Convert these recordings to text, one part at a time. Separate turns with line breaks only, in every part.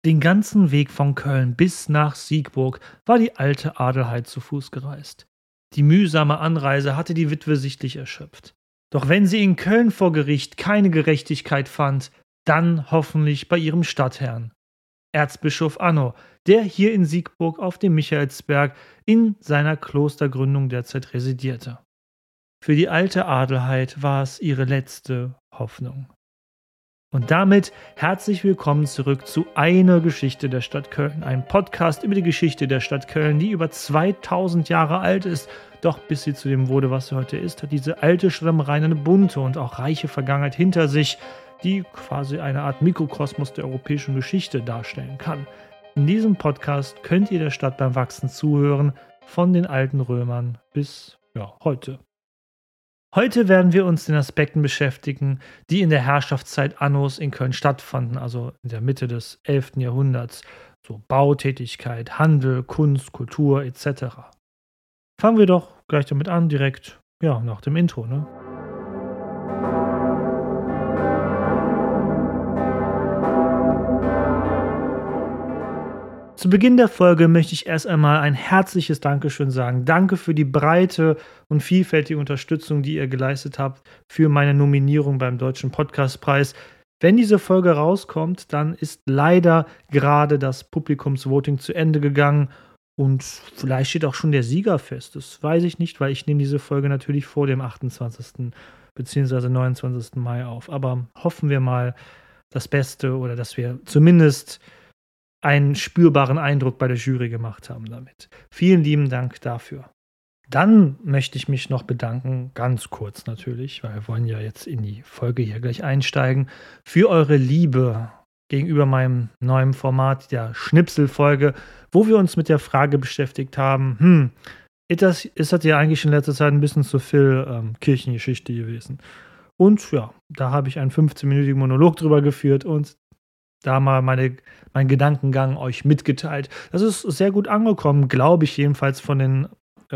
Den ganzen Weg von Köln bis nach Siegburg war die alte Adelheid zu Fuß gereist. Die mühsame Anreise hatte die Witwe sichtlich erschöpft. Doch wenn sie in Köln vor Gericht keine Gerechtigkeit fand, dann hoffentlich bei ihrem Stadtherrn, Erzbischof Anno, der hier in Siegburg auf dem Michaelsberg in seiner Klostergründung derzeit residierte. Für die alte Adelheid war es ihre letzte Hoffnung. Und damit herzlich willkommen zurück zu Eine Geschichte der Stadt Köln, ein Podcast über die Geschichte der Stadt Köln, die über 2000 Jahre alt ist. Doch bis sie zu dem wurde, was sie heute ist, hat diese alte Stadt am Rhein eine bunte und auch reiche Vergangenheit hinter sich, die quasi eine Art Mikrokosmos der europäischen Geschichte darstellen kann. In diesem Podcast könnt ihr der Stadt beim Wachsen zuhören, von den alten Römern bis heute. Heute werden wir uns den Aspekten beschäftigen, die in der Herrschaftszeit Annos in Köln stattfanden, also in der Mitte des 11. Jahrhunderts, so Bautätigkeit, Handel, Kunst, Kultur etc. Fangen wir doch gleich damit an, direkt nach dem Intro, ne? Zu Beginn der Folge möchte ich erst einmal ein herzliches Dankeschön sagen. Danke für die breite und vielfältige Unterstützung, die ihr geleistet habt für meine Nominierung beim Deutschen Podcastpreis. Wenn diese Folge rauskommt, dann ist leider gerade das Publikumsvoting zu Ende gegangen und vielleicht steht auch schon der Sieger fest. Das weiß ich nicht, weil ich nehme diese Folge natürlich vor dem 28. bzw. 29. Mai auf. Aber hoffen wir mal das Beste oder dass wir zumindest einen spürbaren Eindruck bei der Jury gemacht haben damit. Vielen lieben Dank dafür. Dann möchte ich mich noch bedanken, ganz kurz natürlich, weil wir wollen ja jetzt in die Folge hier gleich einsteigen, für eure Liebe gegenüber meinem neuen Format, der Schnipselfolge, wo wir uns mit der Frage beschäftigt haben, ist das ja eigentlich in letzter Zeit ein bisschen zu viel Kirchengeschichte gewesen. Und da habe ich einen 15-minütigen Monolog drüber geführt und da mal meinen Gedankengang euch mitgeteilt. Das ist sehr gut angekommen, glaube ich jedenfalls von den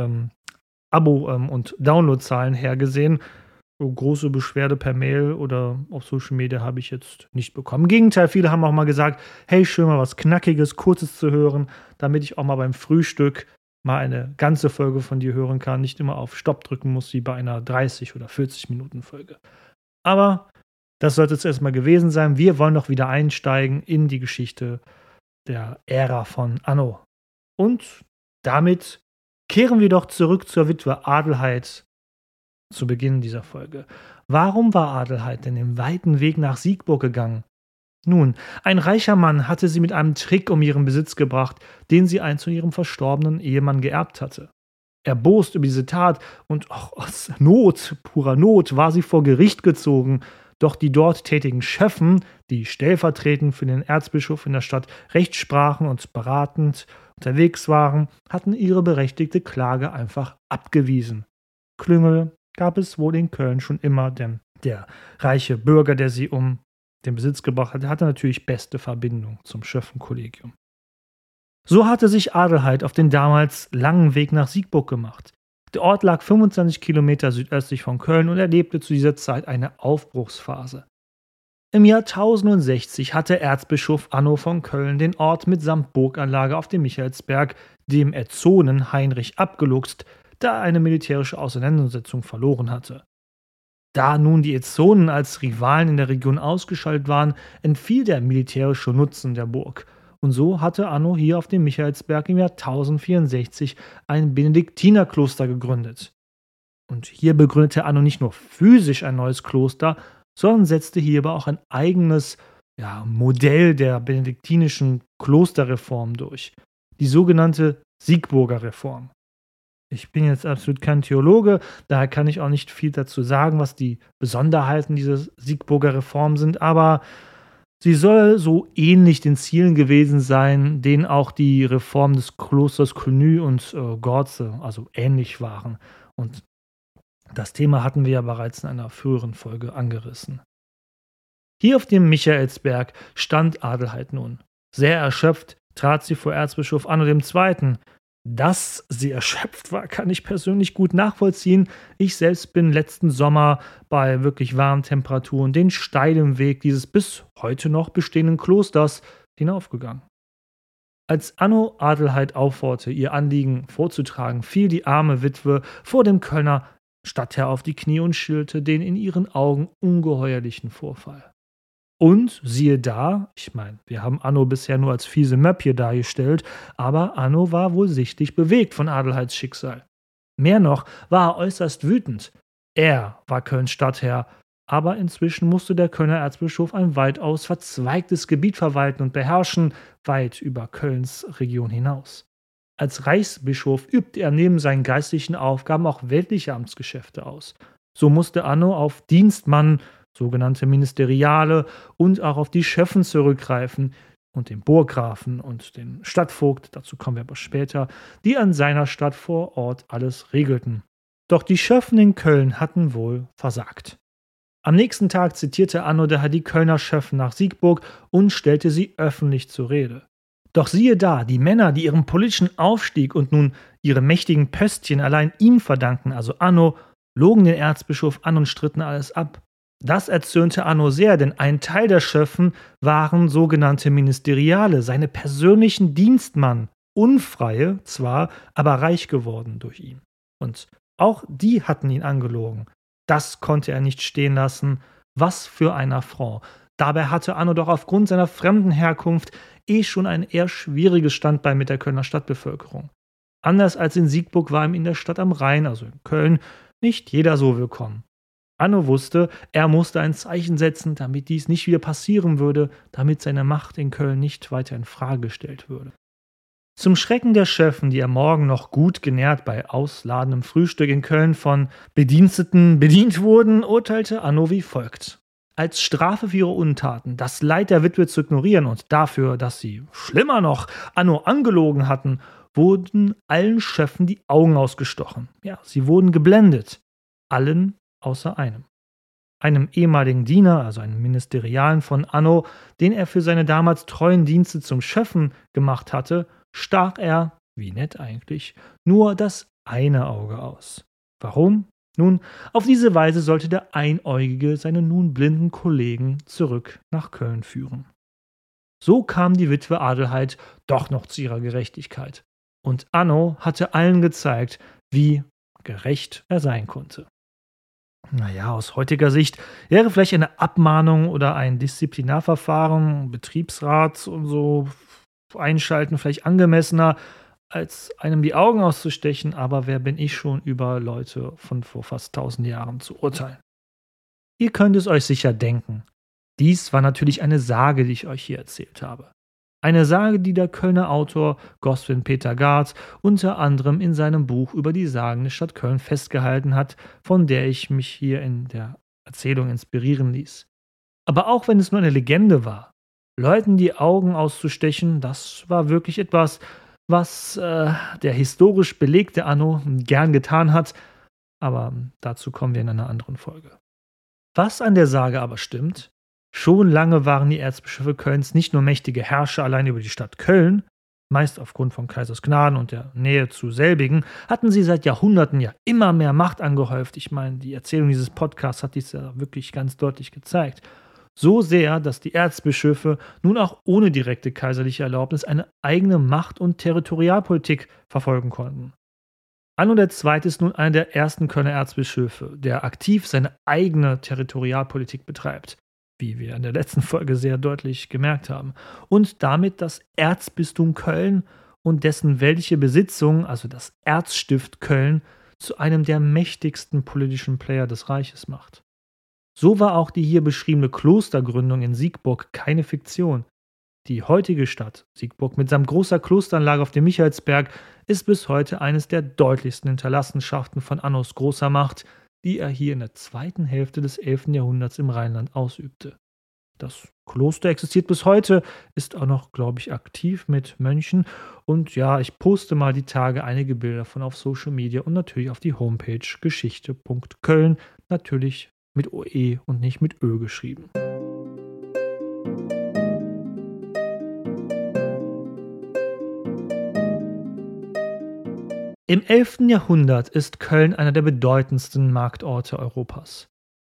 Abo- und Downloadzahlen her gesehen. So große Beschwerde per Mail oder auf Social Media habe ich jetzt nicht bekommen. Im Gegenteil, viele haben auch mal gesagt, hey, schön mal was Knackiges, Kurzes zu hören, damit ich auch mal beim Frühstück mal eine ganze Folge von dir hören kann, nicht immer auf Stopp drücken muss, wie bei einer 30 oder 40 Minuten Folge. Aber das sollte es erstmal gewesen sein. Wir wollen noch wieder einsteigen in die Geschichte der Ära von Anno. Und damit kehren wir doch zurück zur Witwe Adelheid zu Beginn dieser Folge. Warum war Adelheid denn den weiten Weg nach Siegburg gegangen? Nun, ein reicher Mann hatte sie mit einem Trick um ihren Besitz gebracht, den sie einst von ihrem verstorbenen Ehemann geerbt hatte. Erbost über diese Tat und auch aus purer Not, war sie vor Gericht gezogen. Doch die dort tätigen Schöffen, die stellvertretend für den Erzbischof in der Stadt Recht sprachen und beratend unterwegs waren, hatten ihre berechtigte Klage einfach abgewiesen. Klüngel gab es wohl in Köln schon immer, denn der reiche Bürger, der sie um den Besitz gebracht hatte, hatte natürlich beste Verbindung zum Schöffenkollegium. So hatte sich Adelheid auf den damals langen Weg nach Siegburg gemacht. Der Ort lag 25 Kilometer südöstlich von Köln und erlebte zu dieser Zeit eine Aufbruchsphase. Im Jahr 1060 hatte Erzbischof Anno von Köln den Ort mitsamt Burganlage auf dem Michaelsberg dem Ezzonen Heinrich abgeluchst, da er eine militärische Auseinandersetzung verloren hatte. Da nun die Ezzonen als Rivalen in der Region ausgeschaltet waren, entfiel der militärische Nutzen der Burg. Und so hatte Anno hier auf dem Michaelsberg im Jahr 1064 ein Benediktinerkloster gegründet. Und hier begründete Anno nicht nur physisch ein neues Kloster, sondern setzte hierbei auch ein eigenes Modell der benediktinischen Klosterreform durch. Die sogenannte Siegburger Reform. Ich bin jetzt absolut kein Theologe, daher kann ich auch nicht viel dazu sagen, was die Besonderheiten dieser Siegburger Reform sind, aber sie soll so ähnlich den Zielen gewesen sein, denen auch die Reform des Klosters Cluny und Gorze, also ähnlich waren. Und das Thema hatten wir ja bereits in einer früheren Folge angerissen. Hier auf dem Michaelsberg stand Adelheid nun. Sehr erschöpft trat sie vor Erzbischof Anno II. Dass sie erschöpft war, kann ich persönlich gut nachvollziehen. Ich selbst bin letzten Sommer bei wirklich warmen Temperaturen den steilen Weg dieses bis heute noch bestehenden Klosters hinaufgegangen. Als Anno Adelheid aufforderte, ihr Anliegen vorzutragen, fiel die arme Witwe vor dem Kölner Stadtherr auf die Knie und schilderte den in ihren Augen ungeheuerlichen Vorfall. Und siehe da, ich meine, wir haben Anno bisher nur als fiese Möppje dargestellt, aber Anno war wohl sichtlich bewegt von Adelheids Schicksal. Mehr noch, war er äußerst wütend. Er war Kölns Stadtherr, aber inzwischen musste der Kölner Erzbischof ein weitaus verzweigtes Gebiet verwalten und beherrschen, weit über Kölns Region hinaus. Als Reichsbischof übte er neben seinen geistlichen Aufgaben auch weltliche Amtsgeschäfte aus. So musste Anno auf Dienstmann, sogenannte Ministeriale und auch auf die Schöffen zurückgreifen und den Burggrafen und den Stadtvogt, dazu kommen wir aber später, die an seiner Stadt vor Ort alles regelten. Doch die Schöffen in Köln hatten wohl versagt. Am nächsten Tag zitierte Anno daher die Kölner Schöffen nach Siegburg und stellte sie öffentlich zur Rede. Doch siehe da, die Männer, die ihren politischen Aufstieg und nun ihre mächtigen Pöstchen allein ihm verdanken, also Anno, logen den Erzbischof an und stritten alles ab. Das erzürnte Anno sehr, denn ein Teil der Schöffen waren sogenannte Ministeriale, seine persönlichen Dienstmann, Unfreie zwar, aber reich geworden durch ihn. Und auch die hatten ihn angelogen. Das konnte er nicht stehen lassen. Was für ein Affront. Dabei hatte Anno doch aufgrund seiner fremden Herkunft schon ein eher schwieriges Standbein mit der Kölner Stadtbevölkerung. Anders als in Siegburg war ihm in der Stadt am Rhein, also in Köln, nicht jeder so willkommen. Anno wusste, er musste ein Zeichen setzen, damit dies nicht wieder passieren würde, damit seine Macht in Köln nicht weiter in Frage gestellt würde. Zum Schrecken der Schöffen, die am Morgen noch gut genährt bei ausladendem Frühstück in Köln von Bediensteten bedient wurden, urteilte Anno wie folgt. Als Strafe für ihre Untaten, das Leid der Witwe zu ignorieren und dafür, dass sie, schlimmer noch, Anno angelogen hatten, wurden allen Schöffen die Augen ausgestochen. Ja, sie wurden geblendet. Allen außer einem. Einem ehemaligen Diener, also einem Ministerialen von Anno, den er für seine damals treuen Dienste zum Schöffen gemacht hatte, stach er, wie nett eigentlich, nur das eine Auge aus. Warum? Nun, auf diese Weise sollte der Einäugige seine nun blinden Kollegen zurück nach Köln führen. So kam die Witwe Adelheid doch noch zu ihrer Gerechtigkeit. Und Anno hatte allen gezeigt, wie gerecht er sein konnte. Naja, aus heutiger Sicht wäre vielleicht eine Abmahnung oder ein Disziplinarverfahren, Betriebsrat und so einschalten vielleicht angemessener, als einem die Augen auszustechen, aber wer bin ich schon, über Leute von vor fast 1000 Jahren zu urteilen? Ihr könnt es euch sicher denken. Dies war natürlich eine Sage, die ich euch hier erzählt habe. Eine Sage, die der Kölner Autor Goswin Peter Garth unter anderem in seinem Buch über die Sagen der Stadt Köln festgehalten hat, von der ich mich hier in der Erzählung inspirieren ließ. Aber auch wenn es nur eine Legende war, Leuten die Augen auszustechen, das war wirklich etwas, was der historisch belegte Anno gern getan hat, aber dazu kommen wir in einer anderen Folge. Was an der Sage aber stimmt: Schon lange waren die Erzbischöfe Kölns nicht nur mächtige Herrscher allein über die Stadt Köln, meist aufgrund von Kaisers Gnaden und der Nähe zu selbigen, hatten sie seit Jahrhunderten ja immer mehr Macht angehäuft. Ich meine, die Erzählung dieses Podcasts hat dies ja wirklich ganz deutlich gezeigt. So sehr, dass die Erzbischöfe nun auch ohne direkte kaiserliche Erlaubnis eine eigene Macht- und Territorialpolitik verfolgen konnten. Anno II. Ist nun einer der ersten Kölner Erzbischöfe, der aktiv seine eigene Territorialpolitik betreibt, wie wir in der letzten Folge sehr deutlich gemerkt haben, und damit das Erzbistum Köln und dessen weltliche Besitzung, also das Erzstift Köln, zu einem der mächtigsten politischen Player des Reiches macht. So war auch die hier beschriebene Klostergründung in Siegburg keine Fiktion. Die heutige Stadt, Siegburg mit samt großer Klosteranlage auf dem Michaelsberg, ist bis heute eines der deutlichsten Hinterlassenschaften von Annos großer Macht, die er hier in der zweiten Hälfte des 11. Jahrhunderts im Rheinland ausübte. Das Kloster existiert bis heute, ist auch noch, glaube ich, aktiv mit Mönchen. Und ja, ich poste mal die Tage einige Bilder davon auf Social Media und natürlich auf die Homepage geschichte.köln, natürlich mit OE und nicht mit Ö geschrieben. Im 11. Jahrhundert ist Köln einer der bedeutendsten Marktorte Europas.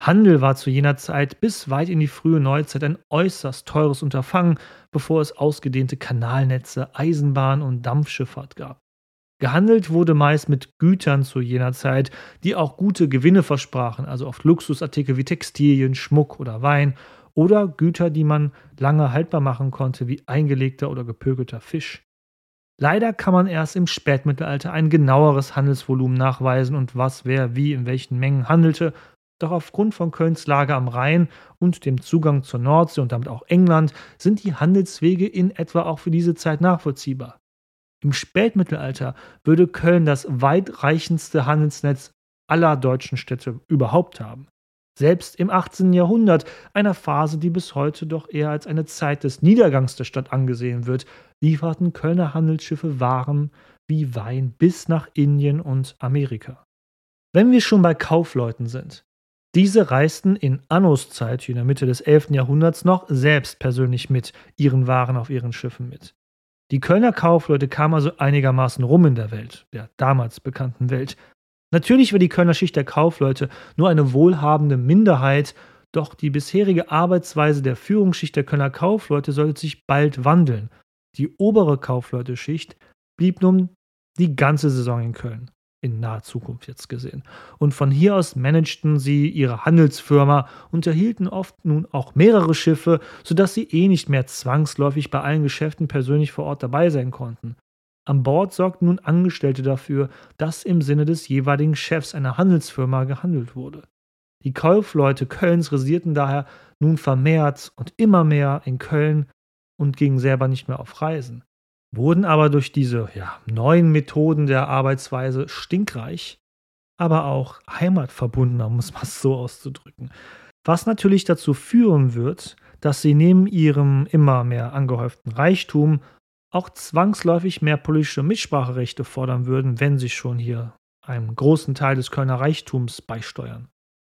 Handel war zu jener Zeit bis weit in die frühe Neuzeit ein äußerst teures Unterfangen, bevor es ausgedehnte Kanalnetze, Eisenbahn und Dampfschifffahrt gab. Gehandelt wurde meist mit Gütern zu jener Zeit, die auch gute Gewinne versprachen, also oft Luxusartikel wie Textilien, Schmuck oder Wein oder Güter, die man lange haltbar machen konnte, wie eingelegter oder gepökelter Fisch. Leider kann man erst im Spätmittelalter ein genaueres Handelsvolumen nachweisen und was wer wie in welchen Mengen handelte. Doch aufgrund von Kölns Lage am Rhein und dem Zugang zur Nordsee und damit auch England sind die Handelswege in etwa auch für diese Zeit nachvollziehbar. Im Spätmittelalter würde Köln das weitreichendste Handelsnetz aller deutschen Städte überhaupt haben. Selbst im 18. Jahrhundert, einer Phase, die bis heute doch eher als eine Zeit des Niedergangs der Stadt angesehen wird, lieferten Kölner Handelsschiffe Waren wie Wein bis nach Indien und Amerika. Wenn wir schon bei Kaufleuten sind, diese reisten in Annos Zeit, hier in der Mitte des 11. Jahrhunderts, noch selbst persönlich mit ihren Waren auf ihren Schiffen mit. Die Kölner Kaufleute kamen also einigermaßen rum in der Welt, der damals bekannten Welt. Natürlich war die Kölner Schicht der Kaufleute nur eine wohlhabende Minderheit, doch die bisherige Arbeitsweise der Führungsschicht der Kölner Kaufleute sollte sich bald wandeln. Die obere Kaufleute-Schicht blieb nun die ganze Saison in Köln, in naher Zukunft jetzt gesehen. Und von hier aus managten sie ihre Handelsfirma und erhielten oft nun auch mehrere Schiffe, sodass sie nicht mehr zwangsläufig bei allen Geschäften persönlich vor Ort dabei sein konnten. An Bord sorgten nun Angestellte dafür, dass im Sinne des jeweiligen Chefs einer Handelsfirma gehandelt wurde. Die Kaufleute Kölns residierten daher nun vermehrt und immer mehr in Köln und gingen selber nicht mehr auf Reisen, wurden aber durch diese neuen Methoden der Arbeitsweise stinkreich, aber auch heimatverbundener, um es mal so auszudrücken. Was natürlich dazu führen wird, dass sie neben ihrem immer mehr angehäuften Reichtum auch zwangsläufig mehr politische Mitspracherechte fordern würden, wenn sie schon hier einen großen Teil des Kölner Reichtums beisteuern.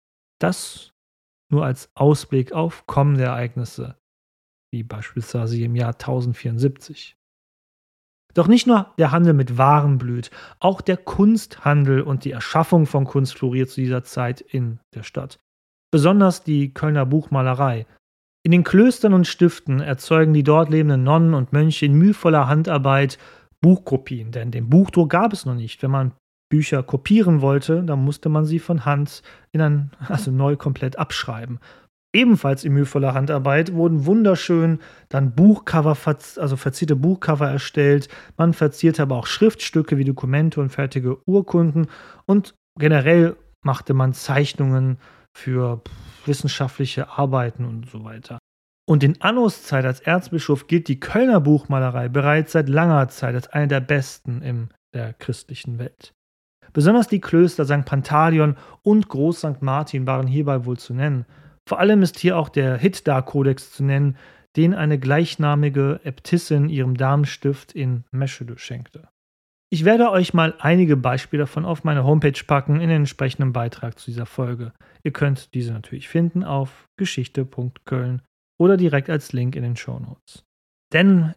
Das nur als Ausblick auf kommende Ereignisse, wie beispielsweise im Jahr 1074. Doch nicht nur der Handel mit Waren blüht, auch der Kunsthandel und die Erschaffung von Kunst floriert zu dieser Zeit in der Stadt. Besonders die Kölner Buchmalerei. In den Klöstern und Stiften erzeugen die dort lebenden Nonnen und Mönche in mühevoller Handarbeit Buchkopien, denn den Buchdruck gab es noch nicht. Wenn man Bücher kopieren wollte, dann musste man sie von Hand neu komplett abschreiben. Ebenfalls in mühevoller Handarbeit wurden wunderschön dann Buchcover, verzierte Buchcover erstellt. Man verzierte aber auch Schriftstücke wie Dokumente und fertige Urkunden und generell machte man Zeichnungen für wissenschaftliche Arbeiten und so weiter. Und in Annos Zeit als Erzbischof gilt die Kölner Buchmalerei bereits seit langer Zeit als eine der besten in der christlichen Welt. Besonders die Klöster St. Pantaleon und Groß St. Martin waren hierbei wohl zu nennen. Vor allem ist hier auch der Hittdar-Kodex zu nennen, den eine gleichnamige Äbtissin ihrem Damenstift in Meschede schenkte. Ich werde euch mal einige Beispiele davon auf meine Homepage packen in den entsprechenden Beitrag zu dieser Folge. Ihr könnt diese natürlich finden auf geschichte.köln oder direkt als Link in den Shownotes. Denn,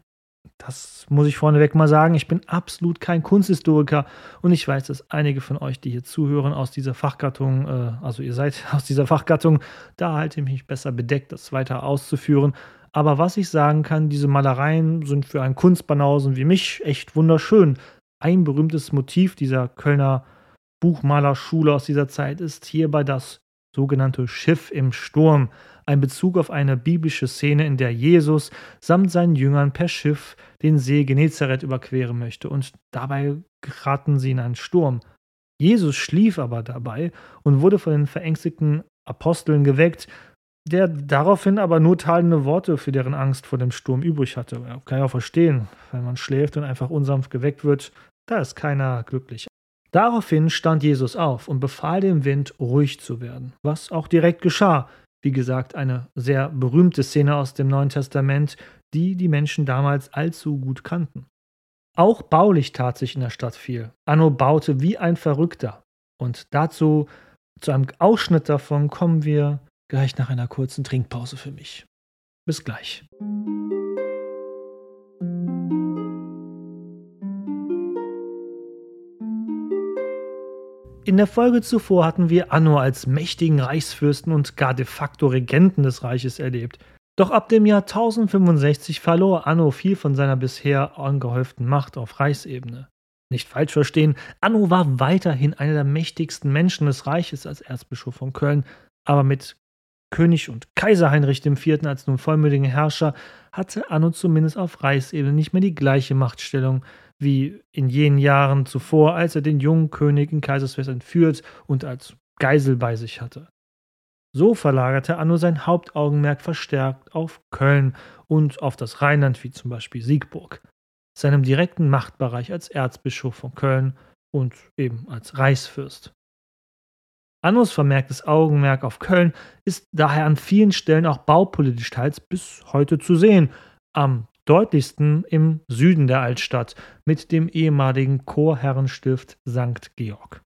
das muss ich vorneweg mal sagen, ich bin absolut kein Kunsthistoriker und ich weiß, dass einige von euch, die hier zuhören, aus dieser Fachgattung, ihr seid aus dieser Fachgattung, da halte ich mich besser bedeckt, das weiter auszuführen. Aber was ich sagen kann, diese Malereien sind für einen Kunstbanausen wie mich echt wunderschön. Ein berühmtes Motiv dieser Kölner Buchmalerschule aus dieser Zeit ist hierbei das sogenannte Schiff im Sturm, ein Bezug auf eine biblische Szene, in der Jesus samt seinen Jüngern per Schiff den See Genezareth überqueren möchte und dabei geraten sie in einen Sturm. Jesus schlief aber dabei und wurde von den verängstigten Aposteln geweckt, der daraufhin aber nur tadelnde Worte für deren Angst vor dem Sturm übrig hatte. Ja, kann ich auch verstehen, wenn man schläft und einfach unsanft geweckt wird, da ist keiner glücklich. Daraufhin stand Jesus auf und befahl dem Wind, ruhig zu werden, was auch direkt geschah. Wie gesagt, eine sehr berühmte Szene aus dem Neuen Testament, die die Menschen damals allzu gut kannten. Auch baulich tat sich in der Stadt viel. Anno baute wie ein Verrückter. Und dazu, zu einem Ausschnitt davon, kommen wir gleich nach einer kurzen Trinkpause für mich. Bis gleich. In der Folge zuvor hatten wir Anno als mächtigen Reichsfürsten und gar de facto Regenten des Reiches erlebt. Doch ab dem Jahr 1065 verlor Anno viel von seiner bisher angehäuften Macht auf Reichsebene. Nicht falsch verstehen, Anno war weiterhin einer der mächtigsten Menschen des Reiches als Erzbischof von Köln, aber mit König und Kaiser Heinrich IV. Als nun vollmütigen Herrscher hatte Anno zumindest auf Reichsebene nicht mehr die gleiche Machtstellung wie in jenen Jahren zuvor, als er den jungen König in Kaiserswerth entführt und als Geisel bei sich hatte. So verlagerte Anno sein Hauptaugenmerk verstärkt auf Köln und auf das Rheinland, wie zum Beispiel Siegburg, seinem direkten Machtbereich als Erzbischof von Köln und eben als Reichsfürst. Annos vermerktes Augenmerk auf Köln ist daher an vielen Stellen auch baupolitisch teils bis heute zu sehen. Am deutlichsten im Süden der Altstadt mit dem ehemaligen Chorherrenstift St. Georg.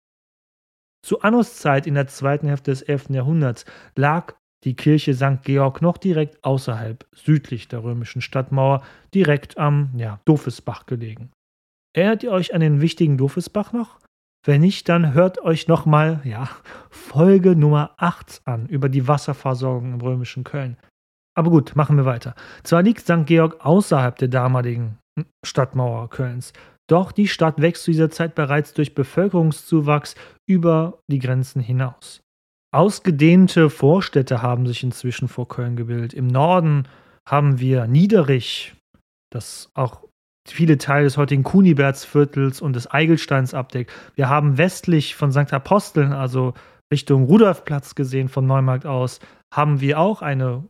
Zu Annos Zeit in der zweiten Hälfte des 11. Jahrhunderts lag die Kirche St. Georg noch direkt außerhalb, südlich der römischen Stadtmauer, direkt am Dofesbach gelegen. Erinnert ihr euch an den wichtigen Dofesbach noch? Wenn nicht, dann hört euch nochmal Folge Nummer 8 an über die Wasserversorgung im römischen Köln. Aber gut, machen wir weiter. Zwar liegt St. Georg außerhalb der damaligen Stadtmauer Kölns, doch die Stadt wächst zu dieser Zeit bereits durch Bevölkerungszuwachs über die Grenzen hinaus. Ausgedehnte Vorstädte haben sich inzwischen vor Köln gebildet. Im Norden haben wir Niederich, das auch viele Teile des heutigen Kunibertsviertels und des Eigelsteins abdeckt. Wir haben westlich von St. Aposteln, also Richtung Rudolfplatz gesehen, vom Neumarkt aus, haben wir auch eine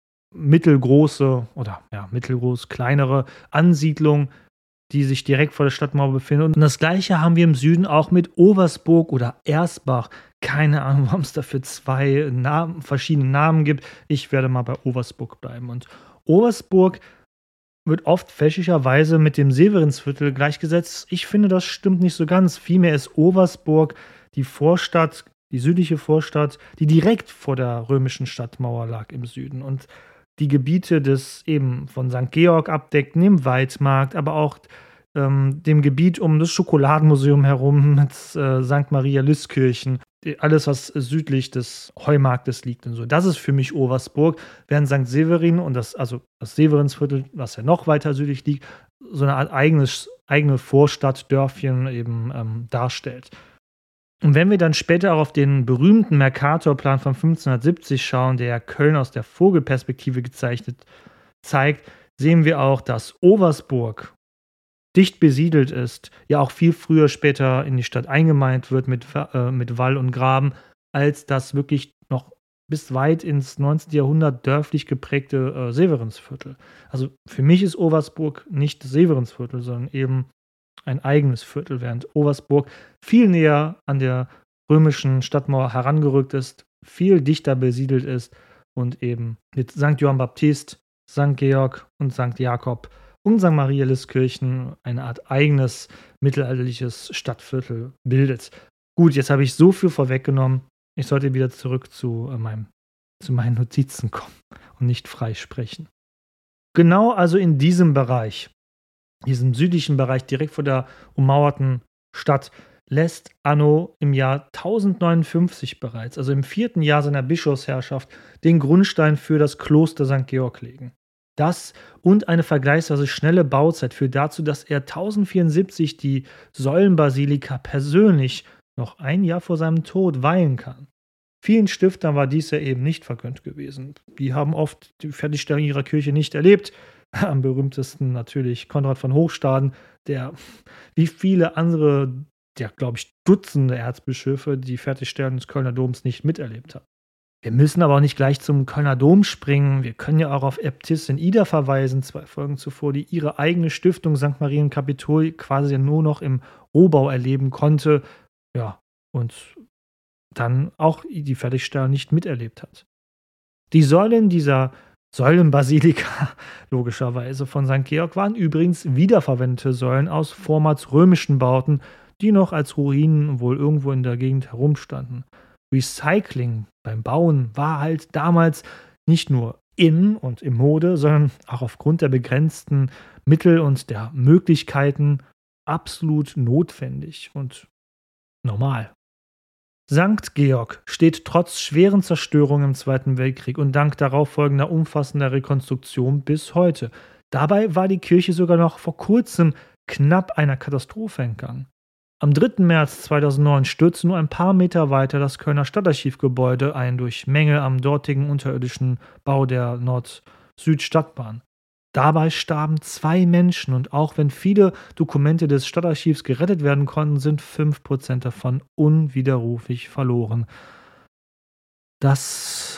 mittelgroße oder kleinere Ansiedlung, die sich direkt vor der Stadtmauer befindet. Und das Gleiche haben wir im Süden auch mit Oversburg oder Ersbach. Keine Ahnung, warum es dafür zwei verschiedene Namen gibt. Ich werde mal bei Oversburg bleiben. Und Oversburg wird oft fälschlicherweise mit dem Severinsviertel gleichgesetzt. Ich finde, das stimmt nicht so ganz. Vielmehr ist Oversburg die Vorstadt, die südliche Vorstadt, die direkt vor der römischen Stadtmauer lag im Süden und die Gebiete des eben von St. Georg abdeckten, dem Weidmarkt, aber auch dem Gebiet um das Schokoladenmuseum herum mit St. Maria Lyskirchen. Alles, was südlich des Heumarktes liegt und so. Das ist für mich Oversburg, während St. Severin und das Severinsviertel, was ja noch weiter südlich liegt, so eine Art eigene Vorstadt-Dörfchen eben darstellt. Und wenn wir dann später auch auf den berühmten Mercatorplan von 1570 schauen, der Köln aus der Vogelperspektive gezeichnet zeigt, sehen wir auch, dass Oversburg dicht besiedelt ist, ja auch viel früher später in die Stadt eingemeindet wird mit Wall und Graben, als das wirklich noch bis weit ins 19. Jahrhundert dörflich geprägte Severinsviertel. Also für mich ist Oversburg nicht das Severinsviertel, sondern eben ein eigenes Viertel, während Oversburg viel näher an der römischen Stadtmauer herangerückt ist, viel dichter besiedelt ist und eben mit St. Johann Baptist, St. Georg und St. Jakob und St. Maria Lyskirchen eine Art eigenes mittelalterliches Stadtviertel bildet. Gut, jetzt habe ich so viel vorweggenommen. Ich sollte wieder zurück zu meinen Notizen kommen und nicht frei sprechen. Genau also in diesem Bereich, diesem südlichen Bereich direkt vor der ummauerten Stadt, lässt Anno im Jahr 1059 bereits, also im 4. Jahr seiner Bischofsherrschaft, den Grundstein für das Kloster St. Georg legen. Das und eine vergleichsweise schnelle Bauzeit führt dazu, dass er 1074 die Säulenbasilika persönlich noch ein Jahr vor seinem Tod weihen kann. Vielen Stiftern war dies ja eben nicht vergönnt gewesen. Die haben oft die Fertigstellung ihrer Kirche nicht erlebt. Am berühmtesten natürlich Konrad von Hochstaden, der wie viele andere, glaube ich, Dutzende Erzbischöfe die Fertigstellung des Kölner Doms nicht miterlebt hat. Wir müssen aber auch nicht gleich zum Kölner Dom springen. Wir können ja auch auf Äbtissin Ida verweisen, 2 Folgen zuvor, die ihre eigene Stiftung St. Marien Kapitol quasi nur noch im Rohbau erleben konnte. Ja, und dann auch die Fertigstellung nicht miterlebt hat. Die Säulen dieser Säulenbasilika, logischerweise von St. Georg, waren übrigens wiederverwendete Säulen aus vormals römischen Bauten, die noch als Ruinen wohl irgendwo in der Gegend herumstanden. Recycling beim Bauen war halt damals nicht nur in und im Mode, sondern auch aufgrund der begrenzten Mittel und der Möglichkeiten absolut notwendig und normal. Sankt Georg steht trotz schweren Zerstörungen im Zweiten Weltkrieg und dank darauf folgender umfassender Rekonstruktion bis heute. Dabei war die Kirche sogar noch vor kurzem knapp einer Katastrophe entgangen. Am 3. März 2009 stürzte nur ein paar Meter weiter das Kölner Stadtarchivgebäude ein durch Mängel am dortigen unterirdischen Bau der Nord-Süd-Stadtbahn. Dabei starben 2 Menschen und auch wenn viele Dokumente des Stadtarchivs gerettet werden konnten, sind 5% davon unwiderruflich verloren. Das,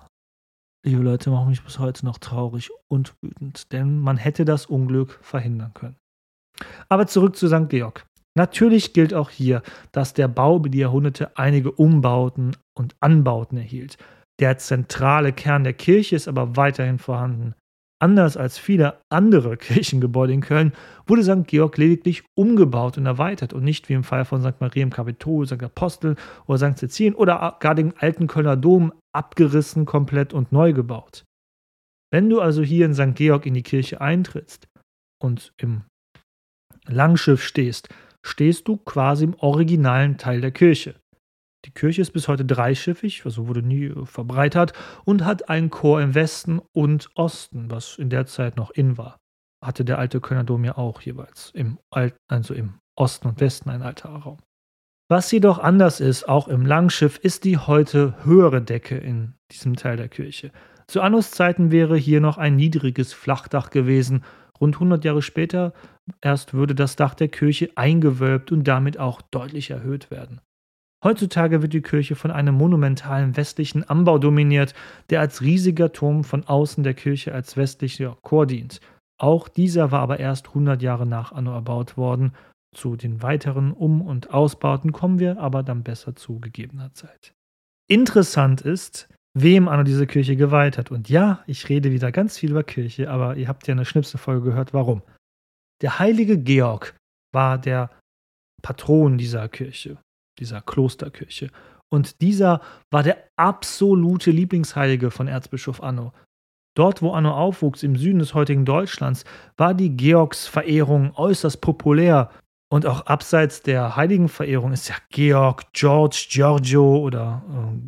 liebe Leute, macht mich bis heute noch traurig und wütend, denn man hätte das Unglück verhindern können. Aber zurück zu St. Georg. Natürlich gilt auch hier, dass der Bau über die Jahrhunderte einige Umbauten und Anbauten erhielt. Der zentrale Kern der Kirche ist aber weiterhin vorhanden. Anders als viele andere Kirchengebäude in Köln wurde St. Georg lediglich umgebaut und erweitert und nicht wie im Fall von St. Maria im Kapitol, St. Apostel oder St. Cäcilien oder gar den alten Kölner Dom abgerissen komplett und neu gebaut. Wenn du also hier in St. Georg in die Kirche eintrittst und im Langschiff stehst du quasi im originalen Teil der Kirche. Die Kirche ist bis heute dreischiffig, also wurde nie verbreitert und hat einen Chor im Westen und Osten, was in der Zeit noch in war. Hatte der alte Kölner Dom ja auch jeweils im Osten und Westen ein alter Raum. Was jedoch anders ist, auch im Langschiff, ist die heute höhere Decke in diesem Teil der Kirche. Zu Annos Zeiten wäre hier noch ein niedriges Flachdach gewesen. Rund 100 Jahre später erst würde das Dach der Kirche eingewölbt und damit auch deutlich erhöht werden. Heutzutage wird die Kirche von einem monumentalen westlichen Anbau dominiert, der als riesiger Turm von außen der Kirche als westlicher Chor dient. Auch dieser war aber erst 100 Jahre nach Anno erbaut worden. Zu den weiteren Um- und Ausbauten kommen wir aber dann besser zu gegebener Zeit. Interessant ist, wem Anno diese Kirche geweiht hat. Und ja, ich rede wieder ganz viel über Kirche, aber ihr habt ja in der Schnipselfolge gehört, warum. Der heilige Georg war der Patron dieser Kirche, dieser Klosterkirche. Und dieser war der absolute Lieblingsheilige von Erzbischof Anno. Dort, wo Anno aufwuchs, im Süden des heutigen Deutschlands, war die Georgsverehrung äußerst populär. Und auch abseits der Heiligenverehrung ist ja Georg, George, Giorgio oder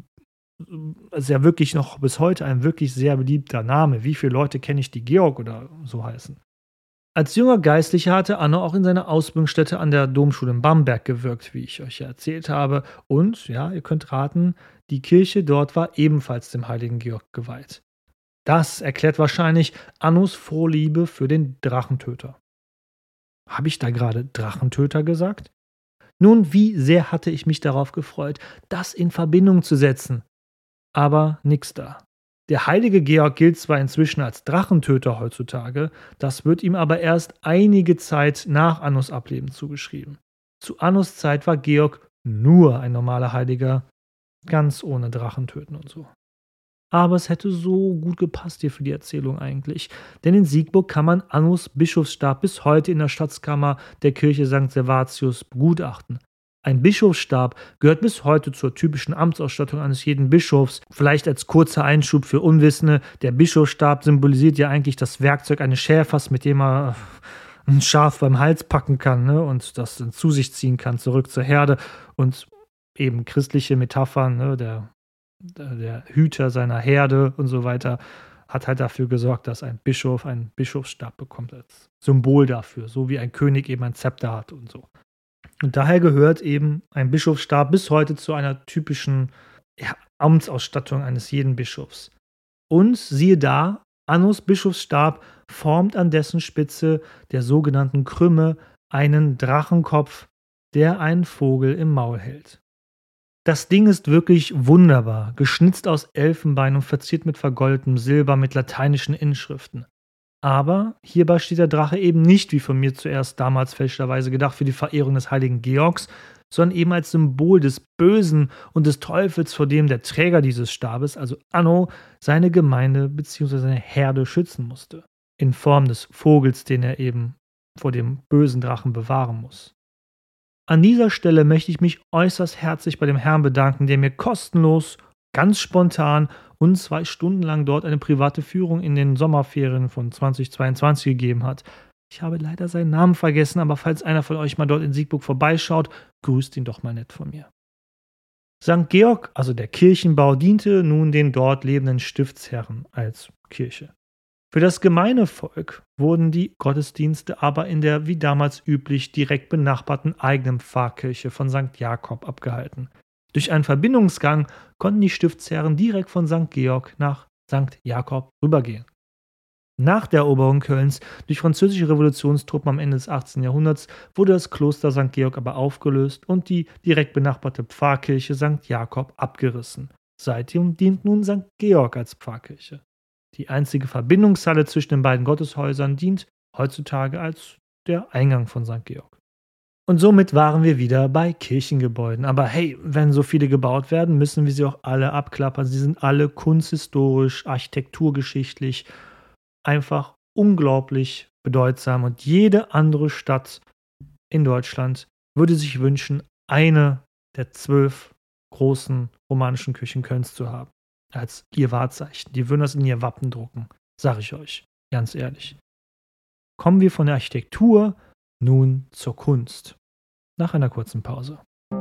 ist ja wirklich noch bis heute ein wirklich sehr beliebter Name. Wie viele Leute kenne ich, die Georg oder so heißen? Als junger Geistlicher hatte Anno auch in seiner Ausbildungsstätte an der Domschule in Bamberg gewirkt, wie ich euch ja erzählt habe. Und, ja, ihr könnt raten, die Kirche dort war ebenfalls dem heiligen Georg geweiht. Das erklärt wahrscheinlich Annos Vorliebe für den Drachentöter. Habe ich da gerade Drachentöter gesagt? Nun, wie sehr hatte ich mich darauf gefreut, das in Verbindung zu setzen. Aber nix da. Der heilige Georg gilt zwar inzwischen als Drachentöter heutzutage, das wird ihm aber erst einige Zeit nach Annos Ableben zugeschrieben. Zu Annos Zeit war Georg nur ein normaler Heiliger, ganz ohne Drachentöten und so. Aber es hätte so gut gepasst hier für die Erzählung eigentlich, denn in Siegburg kann man Annos Bischofsstab bis heute in der Schatzkammer der Kirche St. Servatius begutachten. Ein Bischofsstab gehört bis heute zur typischen Amtsausstattung eines jeden Bischofs. Vielleicht als kurzer Einschub für Unwissende, der Bischofsstab symbolisiert ja eigentlich das Werkzeug eines Schäfers, mit dem er ein Schaf beim Hals packen kann, ne, und das dann zu sich ziehen kann, zurück zur Herde. Und eben christliche Metaphern, ne, der Hüter seiner Herde und so weiter, hat halt dafür gesorgt, dass ein Bischof einen Bischofsstab bekommt als Symbol dafür, so wie ein König eben ein Zepter hat und so. Und daher gehört eben ein Bischofsstab bis heute zu einer typischen Amtsausstattung eines jeden Bischofs. Und siehe da, Annos Bischofsstab formt an dessen Spitze der sogenannten Krümme einen Drachenkopf, der einen Vogel im Maul hält. Das Ding ist wirklich wunderbar, geschnitzt aus Elfenbein und verziert mit vergoldetem Silber mit lateinischen Inschriften. Aber hierbei steht der Drache eben nicht, wie von mir zuerst damals fälschlicherweise gedacht, für die Verehrung des heiligen Georgs, sondern eben als Symbol des Bösen und des Teufels, vor dem der Träger dieses Stabes, also Anno, seine Gemeinde bzw. seine Herde schützen musste. In Form des Vogels, den er eben vor dem bösen Drachen bewahren muss. An dieser Stelle möchte ich mich äußerst herzlich bei dem Herrn bedanken, der mir kostenlos, ganz spontan und 2 Stunden lang dort eine private Führung in den Sommerferien von 2022 gegeben hat. Ich habe leider seinen Namen vergessen, aber falls einer von euch mal dort in Siegburg vorbeischaut, grüßt ihn doch mal nett von mir. St. Georg, also der Kirchenbau, diente nun den dort lebenden Stiftsherren als Kirche. Für das gemeine Volk wurden die Gottesdienste aber in der wie damals üblich direkt benachbarten eigenen Pfarrkirche von St. Jakob abgehalten. Durch einen Verbindungsgang konnten die Stiftsherren direkt von St. Georg nach St. Jakob rübergehen. Nach der Eroberung Kölns durch französische Revolutionstruppen am Ende des 18. Jahrhunderts wurde das Kloster St. Georg aber aufgelöst und die direkt benachbarte Pfarrkirche St. Jakob abgerissen. Seitdem dient nun St. Georg als Pfarrkirche. Die einzige Verbindungshalle zwischen den beiden Gotteshäusern dient heutzutage als der Eingang von St. Georg. Und somit waren wir wieder bei Kirchengebäuden. Aber hey, wenn so viele gebaut werden, müssen wir sie auch alle abklappern. Sie sind alle kunsthistorisch, architekturgeschichtlich einfach unglaublich bedeutsam. Und jede andere Stadt in Deutschland würde sich wünschen, eine der 12 großen romanischen Kirchen Kölns zu haben. Als ihr Wahrzeichen. Die würden das in ihr Wappen drucken. Sag ich euch, ganz ehrlich. Kommen wir von der Architektur nun zur Kunst. Nach einer kurzen Pause.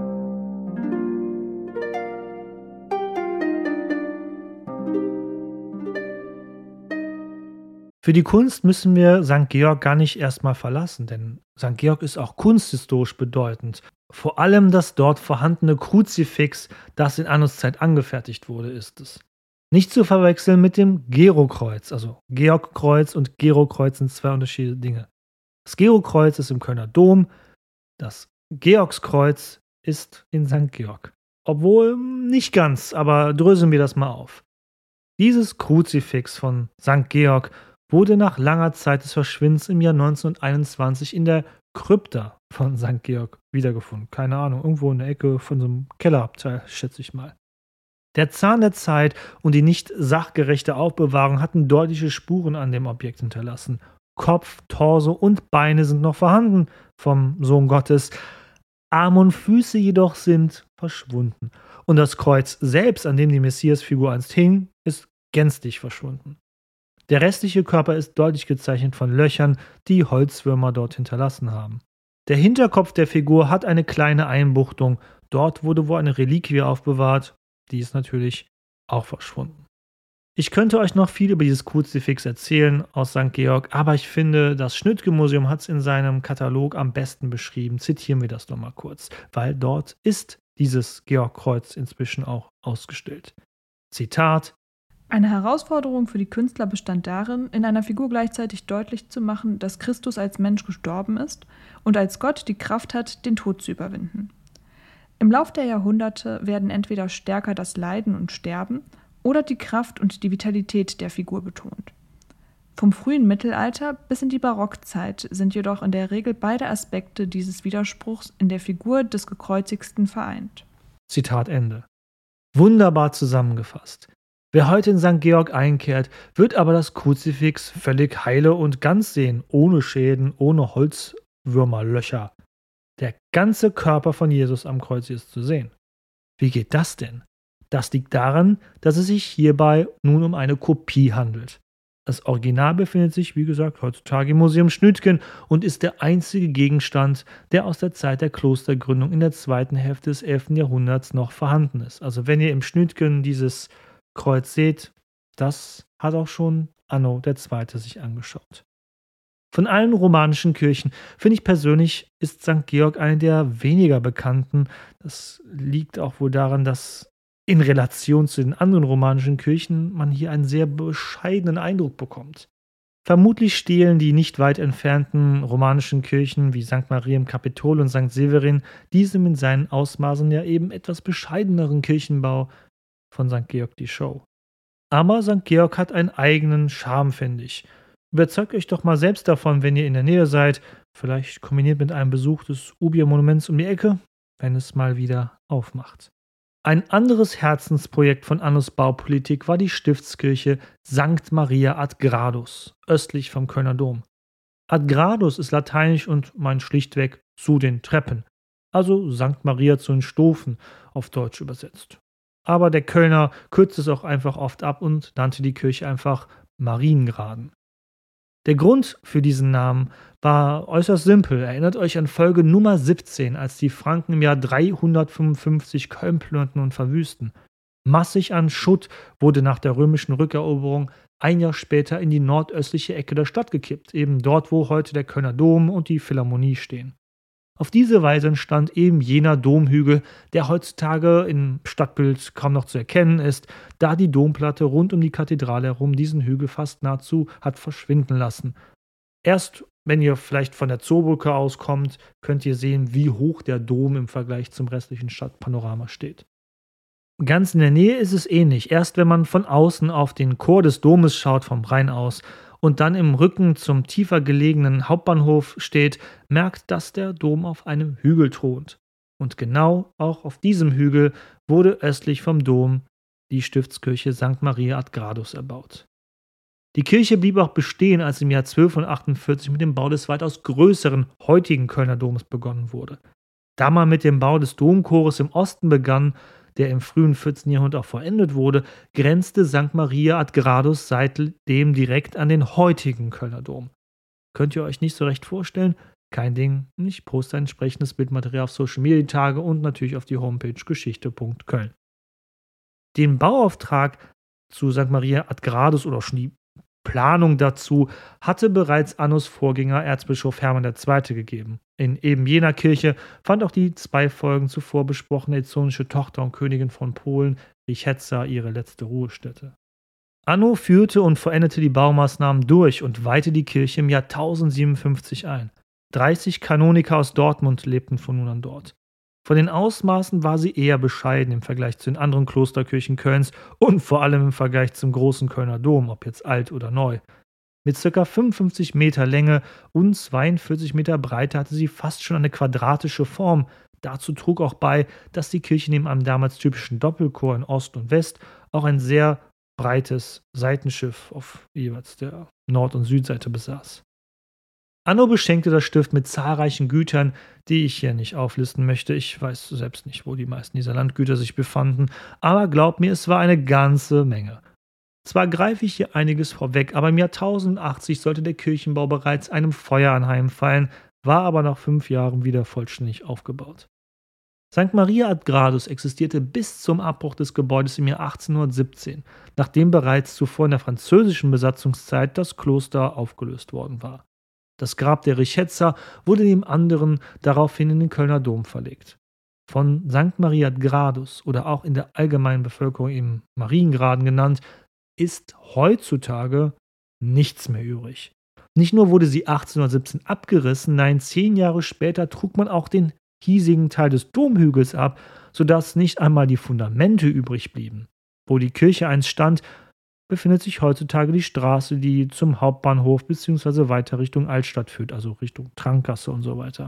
Für die Kunst müssen wir St. Georg gar nicht erstmal verlassen, denn St. Georg ist auch kunsthistorisch bedeutend. Vor allem das dort vorhandene Kruzifix, das in Annos Zeit angefertigt wurde, ist es. Nicht zu verwechseln mit dem Gerokreuz, also Georgkreuz und Gerokreuz sind zwei unterschiedliche Dinge. Das Gerokreuz ist im Kölner Dom, das Georgskreuz ist in St. Georg. Obwohl nicht ganz, aber dröseln wir das mal auf. Dieses Kruzifix von St. Georg wurde nach langer Zeit des Verschwindens im Jahr 1921 in der Krypta von St. Georg wiedergefunden. Keine Ahnung, irgendwo in der Ecke von so einem Kellerabteil, schätze ich mal. Der Zahn der Zeit und die nicht sachgerechte Aufbewahrung hatten deutliche Spuren an dem Objekt hinterlassen. Kopf, Torso und Beine sind noch vorhanden vom Sohn Gottes. Arme und Füße jedoch sind verschwunden. Und das Kreuz selbst, an dem die Messias-Figur einst hing, ist gänzlich verschwunden. Der restliche Körper ist deutlich gezeichnet von Löchern, die Holzwürmer dort hinterlassen haben. Der Hinterkopf der Figur hat eine kleine Einbuchtung. Dort wurde wohl eine Reliquie aufbewahrt. Die ist natürlich auch verschwunden. Ich könnte euch noch viel über dieses Kruzifix erzählen aus St. Georg, aber ich finde, das Schnüttke-Museum hat es in seinem Katalog am besten beschrieben. Zitieren wir das doch mal kurz, weil dort ist dieses Georgkreuz inzwischen auch ausgestellt. Zitat:
Eine Herausforderung für die Künstler bestand darin, in einer Figur gleichzeitig deutlich zu machen, dass Christus als Mensch gestorben ist und als Gott die Kraft hat, den Tod zu überwinden. Im Lauf der Jahrhunderte werden entweder stärker das Leiden und Sterben oder die Kraft und die Vitalität der Figur betont. Vom frühen Mittelalter bis in die Barockzeit sind jedoch in der Regel beide Aspekte dieses Widerspruchs in der Figur des Gekreuzigten vereint.
Zitat Ende. Wunderbar zusammengefasst. Wer heute in St. Georg einkehrt, wird aber das Kruzifix völlig heile und ganz sehen, ohne Schäden, ohne Holzwürmerlöcher. Der ganze Körper von Jesus am Kreuz ist zu sehen. Wie geht das denn? Das liegt daran, dass es sich hierbei nun um eine Kopie handelt. Das Original befindet sich, wie gesagt, heutzutage im Museum Schnütgen und ist der einzige Gegenstand, der aus der Zeit der Klostergründung in der zweiten Hälfte des 11. Jahrhunderts noch vorhanden ist. Also wenn ihr im Schnütgen dieses Kreuz seht, das hat auch schon Anno II. Sich angeschaut. Von allen romanischen Kirchen, finde ich persönlich, ist St. Georg eine der weniger bekannten. Das liegt auch wohl daran, dass in Relation zu den anderen romanischen Kirchen man hier einen sehr bescheidenen Eindruck bekommt. Vermutlich stehlen die nicht weit entfernten romanischen Kirchen wie St. Maria im Kapitol und St. Severin diesem in seinen Ausmaßen ja eben etwas bescheideneren Kirchenbau von St. Georg die Show. Aber St. Georg hat einen eigenen Charme, finde ich. Überzeugt euch doch mal selbst davon, wenn ihr in der Nähe seid, vielleicht kombiniert mit einem Besuch des Ubia-Monuments um die Ecke, wenn es mal wieder aufmacht. Ein anderes Herzensprojekt von Annos Baupolitik war die Stiftskirche St. Maria ad Gradus, östlich vom Kölner Dom. Ad Gradus ist lateinisch und meint schlichtweg zu den Treppen, also St. Maria zu den Stufen auf Deutsch übersetzt. Aber der Kölner kürzt es auch einfach oft ab und nannte die Kirche einfach Mariengraden. Der Grund für diesen Namen war äußerst simpel. Erinnert euch an Folge Nummer 17, als die Franken im Jahr 355 Köln plünderten und verwüsten. Massig an Schutt wurde nach der römischen Rückeroberung ein Jahr später in die nordöstliche Ecke der Stadt gekippt, eben dort, wo heute der Kölner Dom und die Philharmonie stehen. Auf diese Weise entstand eben jener Domhügel, der heutzutage im Stadtbild kaum noch zu erkennen ist, da die Domplatte rund um die Kathedrale herum diesen Hügel fast nahezu hat verschwinden lassen. Erst wenn ihr vielleicht von der Zoobrücke auskommt, könnt ihr sehen, wie hoch der Dom im Vergleich zum restlichen Stadtpanorama steht. Ganz in der Nähe ist es ähnlich. Erst wenn man von außen auf den Chor des Domes schaut, vom Rhein aus, und dann im Rücken zum tiefer gelegenen Hauptbahnhof steht, merkt, dass der Dom auf einem Hügel thront. Und genau auch auf diesem Hügel wurde östlich vom Dom die Stiftskirche St. Maria ad Gradus erbaut. Die Kirche blieb auch bestehen, als im Jahr 1248 mit dem Bau des weitaus größeren heutigen Kölner Doms begonnen wurde. Da man mit dem Bau des Domchores im Osten begann, der im frühen 14. Jahrhundert auch vollendet wurde, grenzte St. Maria ad Gradus seitdem direkt an den heutigen Kölner Dom. Könnt ihr euch nicht so recht vorstellen? Kein Ding, ich poste ein entsprechendes Bildmaterial auf Social Media die Tage und natürlich auf die Homepage geschichte.köln. Den Bauauftrag zu St. Maria ad Gradus oder schon die Planung dazu hatte bereits Annos Vorgänger Erzbischof Hermann II. Gegeben. In eben jener Kirche fand auch die 2 Folgen zuvor besprochene ezzonische Tochter und Königin von Polen, Richeza, ihre letzte Ruhestätte. Anno führte und vollendete die Baumaßnahmen durch und weihte die Kirche im Jahr 1057 ein. 30 Kanoniker aus Dortmund lebten von nun an dort. Von den Ausmaßen war sie eher bescheiden im Vergleich zu den anderen Klosterkirchen Kölns und vor allem im Vergleich zum großen Kölner Dom, ob jetzt alt oder neu. Mit ca. 55 Meter Länge und 42 Meter Breite hatte sie fast schon eine quadratische Form. Dazu trug auch bei, dass die Kirche neben einem damals typischen Doppelchor in Ost und West auch ein sehr breites Seitenschiff auf jeweils der Nord- und Südseite besaß. Anno beschenkte das Stift mit zahlreichen Gütern, die ich hier nicht auflisten möchte. Ich weiß selbst nicht, wo die meisten dieser Landgüter sich befanden, aber glaubt mir, es war eine ganze Menge. Zwar greife ich hier einiges vorweg, aber im Jahr 1080 sollte der Kirchenbau bereits einem Feuer anheimfallen, war aber nach 5 Jahren wieder vollständig aufgebaut. St. Maria ad Gradus existierte bis zum Abbruch des Gebäudes im Jahr 1817, nachdem bereits zuvor in der französischen Besatzungszeit das Kloster aufgelöst worden war. Das Grab der Richeza wurde neben anderen daraufhin in den Kölner Dom verlegt. Von St. Maria ad Gradus oder auch in der allgemeinen Bevölkerung eben Mariengraden genannt, ist heutzutage nichts mehr übrig. Nicht nur wurde sie 1817 abgerissen, nein, 10 Jahre später trug man auch den hiesigen Teil des Domhügels ab, sodass nicht einmal die Fundamente übrig blieben. Wo die Kirche einst stand, befindet sich heutzutage die Straße, die zum Hauptbahnhof bzw. weiter Richtung Altstadt führt, also Richtung Trankgasse und so weiter.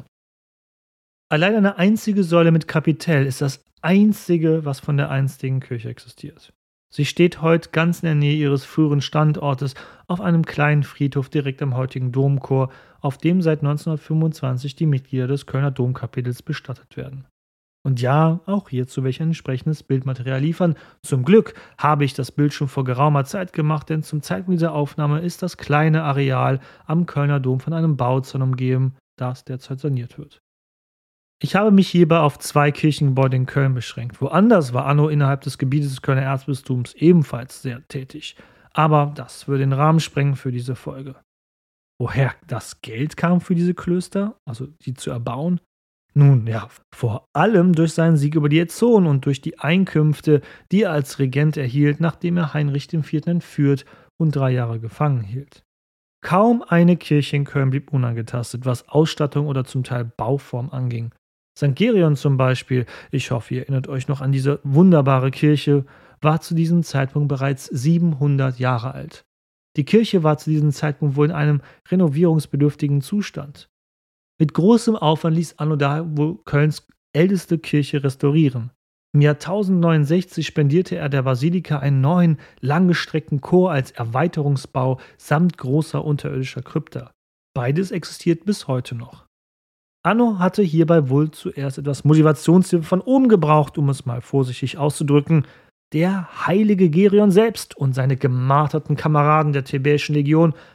Allein eine einzige Säule mit Kapitell ist das einzige, was von der einstigen Kirche existiert. Sie steht heute ganz in der Nähe ihres früheren Standortes auf einem kleinen Friedhof direkt am heutigen Domchor, auf dem seit 1925 die Mitglieder des Kölner Domkapitels bestattet werden. Und ja, auch hierzu werde ich ein entsprechendes Bildmaterial liefern. Zum Glück habe ich das Bild schon vor geraumer Zeit gemacht, denn zum Zeitpunkt dieser Aufnahme ist das kleine Areal am Kölner Dom von einem Bauzaun umgeben, das derzeit saniert wird. Ich habe mich hierbei auf 2 Kirchengebäude in Köln beschränkt. Woanders war Anno innerhalb des Gebietes des Kölner Erzbistums ebenfalls sehr tätig. Aber das würde den Rahmen sprengen für diese Folge. Woher das Geld kam für diese Klöster, also die zu erbauen? Nun ja, vor allem durch seinen Sieg über die Ezzonen und durch die Einkünfte, die er als Regent erhielt, nachdem er Heinrich IV. Entführt und 3 Jahre gefangen hielt. Kaum eine Kirche in Köln blieb unangetastet, was Ausstattung oder zum Teil Bauform anging. St. Gerion zum Beispiel, ich hoffe, ihr erinnert euch noch an diese wunderbare Kirche, war zu diesem Zeitpunkt bereits 700 Jahre alt. Die Kirche war zu diesem Zeitpunkt wohl in einem renovierungsbedürftigen Zustand. Mit großem Aufwand ließ Anno daher wohl Kölns älteste Kirche restaurieren. Im Jahr 1069 spendierte er der Basilika einen neuen, langgestreckten Chor als Erweiterungsbau samt großer unterirdischer Krypta. Beides existiert bis heute noch. Anno hatte hierbei wohl zuerst etwas Motivationshilfe von oben gebraucht, um es mal vorsichtig auszudrücken. Der heilige Gerion selbst und seine gemarterten Kameraden der Thebäischen Legion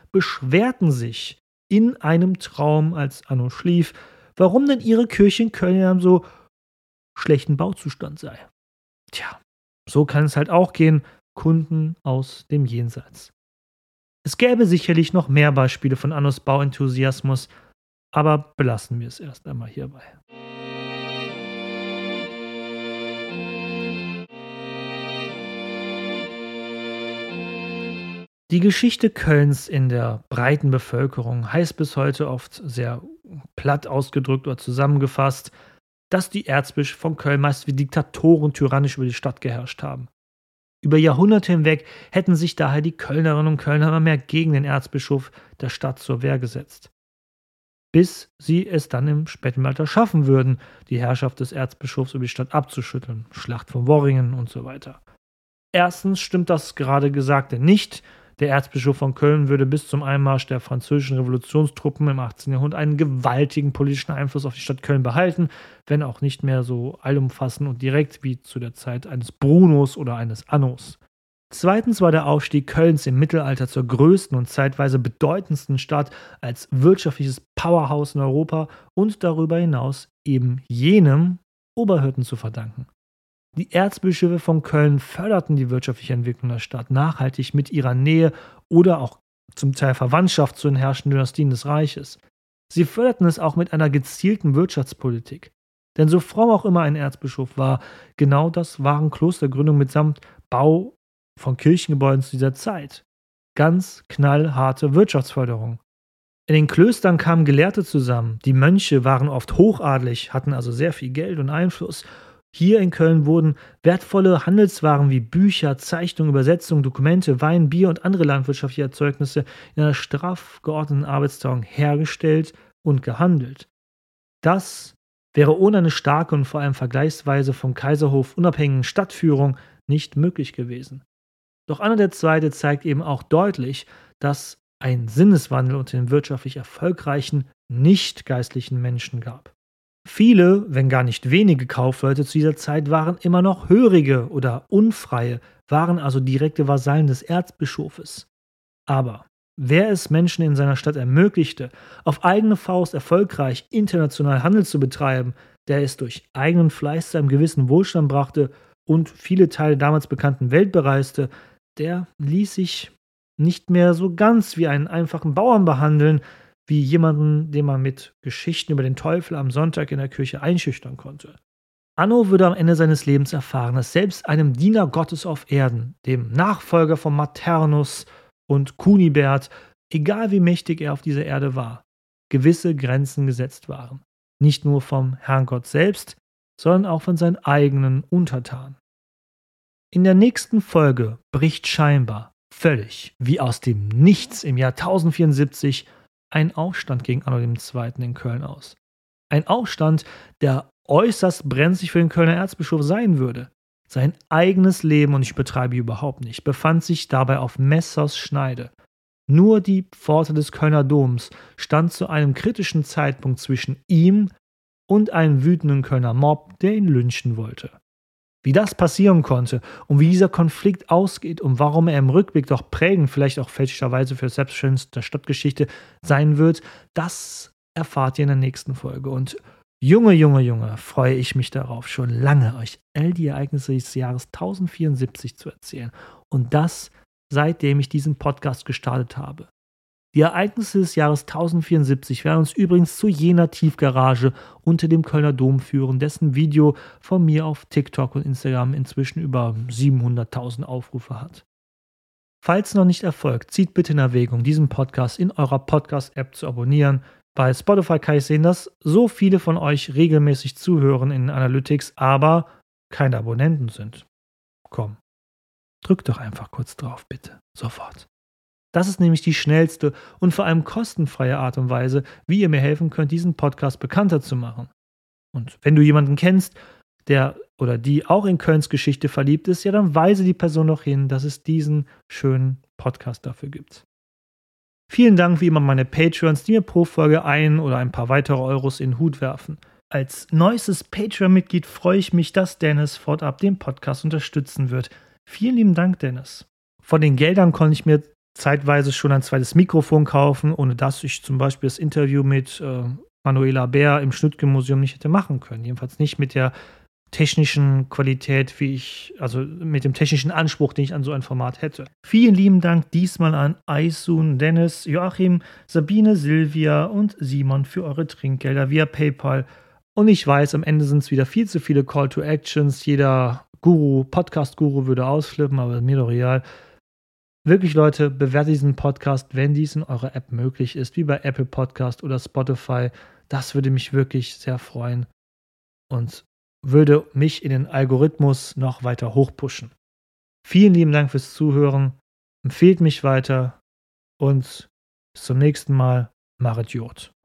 beschwerten sich in einem Traum, als Anno schlief, warum denn ihre Kirche in Köln in einem so schlechten Bauzustand sei. Tja, so kann es halt auch gehen, Kunden aus dem Jenseits. Es gäbe sicherlich noch mehr Beispiele von Annos Bauenthusiasmus, aber belassen wir es erst einmal hierbei. Die Geschichte Kölns in der breiten Bevölkerung heißt bis heute oft sehr platt ausgedrückt oder zusammengefasst, dass die Erzbischöfe von Köln meist wie Diktatoren tyrannisch über die Stadt geherrscht haben. Über Jahrhunderte hinweg hätten sich daher die Kölnerinnen und Kölner immer mehr gegen den Erzbischof der Stadt zur Wehr gesetzt. Bis sie es dann im Spätmittelalter schaffen würden, die Herrschaft des Erzbischofs über die Stadt abzuschütteln, Schlacht von Worringen und so weiter. Erstens stimmt das gerade Gesagte nicht. Der Erzbischof von Köln würde bis zum Einmarsch der französischen Revolutionstruppen im 18. Jahrhundert einen gewaltigen politischen Einfluss auf die Stadt Köln behalten, wenn auch nicht mehr so allumfassend und direkt wie zu der Zeit eines Brunos oder eines Annos. Zweitens war der Aufstieg Kölns im Mittelalter zur größten und zeitweise bedeutendsten Stadt als wirtschaftliches Powerhouse in Europa und darüber hinaus eben jenem Oberhirten zu verdanken. Die Erzbischöfe von Köln förderten die wirtschaftliche Entwicklung der Stadt nachhaltig mit ihrer Nähe oder auch zum Teil Verwandtschaft zu den herrschenden Dynastien des Reiches. Sie förderten es auch mit einer gezielten Wirtschaftspolitik. Denn so fromm auch immer ein Erzbischof war, genau das waren Klostergründungen mitsamt Bau von Kirchengebäuden zu dieser Zeit. Ganz knallharte Wirtschaftsförderung. In den Klöstern kamen Gelehrte zusammen. Die Mönche waren oft hochadelig, hatten also sehr viel Geld und Einfluss. Hier in Köln wurden wertvolle Handelswaren wie Bücher, Zeichnungen, Übersetzungen, Dokumente, Wein, Bier und andere landwirtschaftliche Erzeugnisse in einer straff geordneten Arbeitsteilung hergestellt und gehandelt. Das wäre ohne eine starke und vor allem vergleichsweise vom Kaiserhof unabhängigen Stadtführung nicht möglich gewesen. Doch Anno II. Zeigt eben auch deutlich, dass ein Sinneswandel unter den wirtschaftlich erfolgreichen, nicht geistlichen Menschen gab. Viele, wenn gar nicht wenige Kaufleute zu dieser Zeit waren immer noch Hörige oder Unfreie, waren also direkte Vasallen des Erzbischofes. Aber wer es Menschen in seiner Stadt ermöglichte, auf eigene Faust erfolgreich international Handel zu betreiben, der es durch eigenen Fleiß zu einem gewissen Wohlstand brachte und viele Teile damals bekannten Welt bereiste, der ließ sich nicht mehr so ganz wie einen einfachen Bauern behandeln, wie jemanden, den man mit Geschichten über den Teufel am Sonntag in der Kirche einschüchtern konnte. Anno würde am Ende seines Lebens erfahren, dass selbst einem Diener Gottes auf Erden, dem Nachfolger von Maternus und Kunibert, egal wie mächtig er auf dieser Erde war, gewisse Grenzen gesetzt waren. Nicht nur vom Herrn Gott selbst, sondern auch von seinen eigenen Untertanen. In der nächsten Folge bricht scheinbar völlig wie aus dem Nichts im Jahr 1074 ein Aufstand gegen Anno II. In Köln aus. Ein Aufstand, der äußerst brenzlig für den Kölner Erzbischof sein würde. Sein eigenes Leben, und ich betreibe überhaupt nicht, befand sich dabei auf Messers Schneide. Nur die Pforte des Kölner Doms stand zu einem kritischen Zeitpunkt zwischen ihm und einem wütenden Kölner Mob, der ihn lynchen wollte. Wie das passieren konnte und wie dieser Konflikt ausgeht und warum er im Rückblick doch prägend, vielleicht auch fälschlicherweise für das Selbstverständnis der Stadtgeschichte sein wird, das erfahrt ihr in der nächsten Folge. Und Junge, freue ich mich darauf, schon lange euch all die Ereignisse des Jahres 1074 zu erzählen. Und das, seitdem ich diesen Podcast gestartet habe. Die Ereignisse des Jahres 1074 werden uns übrigens zu jener Tiefgarage unter dem Kölner Dom führen, dessen Video von mir auf TikTok und Instagram inzwischen über 700.000 Aufrufe hat. Falls noch nicht erfolgt, zieht bitte in Erwägung, diesen Podcast in eurer Podcast-App zu abonnieren. Bei Spotify kann ich sehen, dass so viele von euch regelmäßig zuhören in Analytics, aber keine Abonnenten sind. Komm, drückt doch einfach kurz drauf, bitte. Sofort. Das ist nämlich die schnellste und vor allem kostenfreie Art und Weise, wie ihr mir helfen könnt, diesen Podcast bekannter zu machen. Und wenn du jemanden kennst, der oder die auch in Kölns Geschichte verliebt ist, ja, dann weise die Person noch hin, dass es diesen schönen Podcast dafür gibt. Vielen Dank wie immer meine Patreons, die mir pro Folge ein oder ein paar weitere Euros in den Hut werfen. Als neuestes Patreon-Mitglied freue ich mich, dass Dennis fortab den Podcast unterstützen wird. Vielen lieben Dank, Dennis. Von den Geldern konnte ich mir zeitweise schon ein zweites Mikrofon kaufen, ohne dass ich zum Beispiel das Interview mit Manuela Bär im Schnüttgen-Museum nicht hätte machen können. Jedenfalls nicht mit der technischen Qualität, also mit dem technischen Anspruch, den ich an so ein Format hätte. Vielen lieben Dank diesmal an Aysun, Dennis, Joachim, Sabine, Silvia und Simon für eure Trinkgelder via PayPal. Und ich weiß, am Ende sind es wieder viel zu viele Call to Actions. Jeder Podcast-Guru würde ausflippen, aber mir doch egal. Wirklich, Leute, bewertet diesen Podcast, wenn dies in eurer App möglich ist, wie bei Apple Podcast oder Spotify. Das würde mich wirklich sehr freuen und würde mich in den Algorithmus noch weiter hochpushen. Vielen lieben Dank fürs Zuhören. Empfehlt mich weiter und bis zum nächsten Mal. Macht Jod.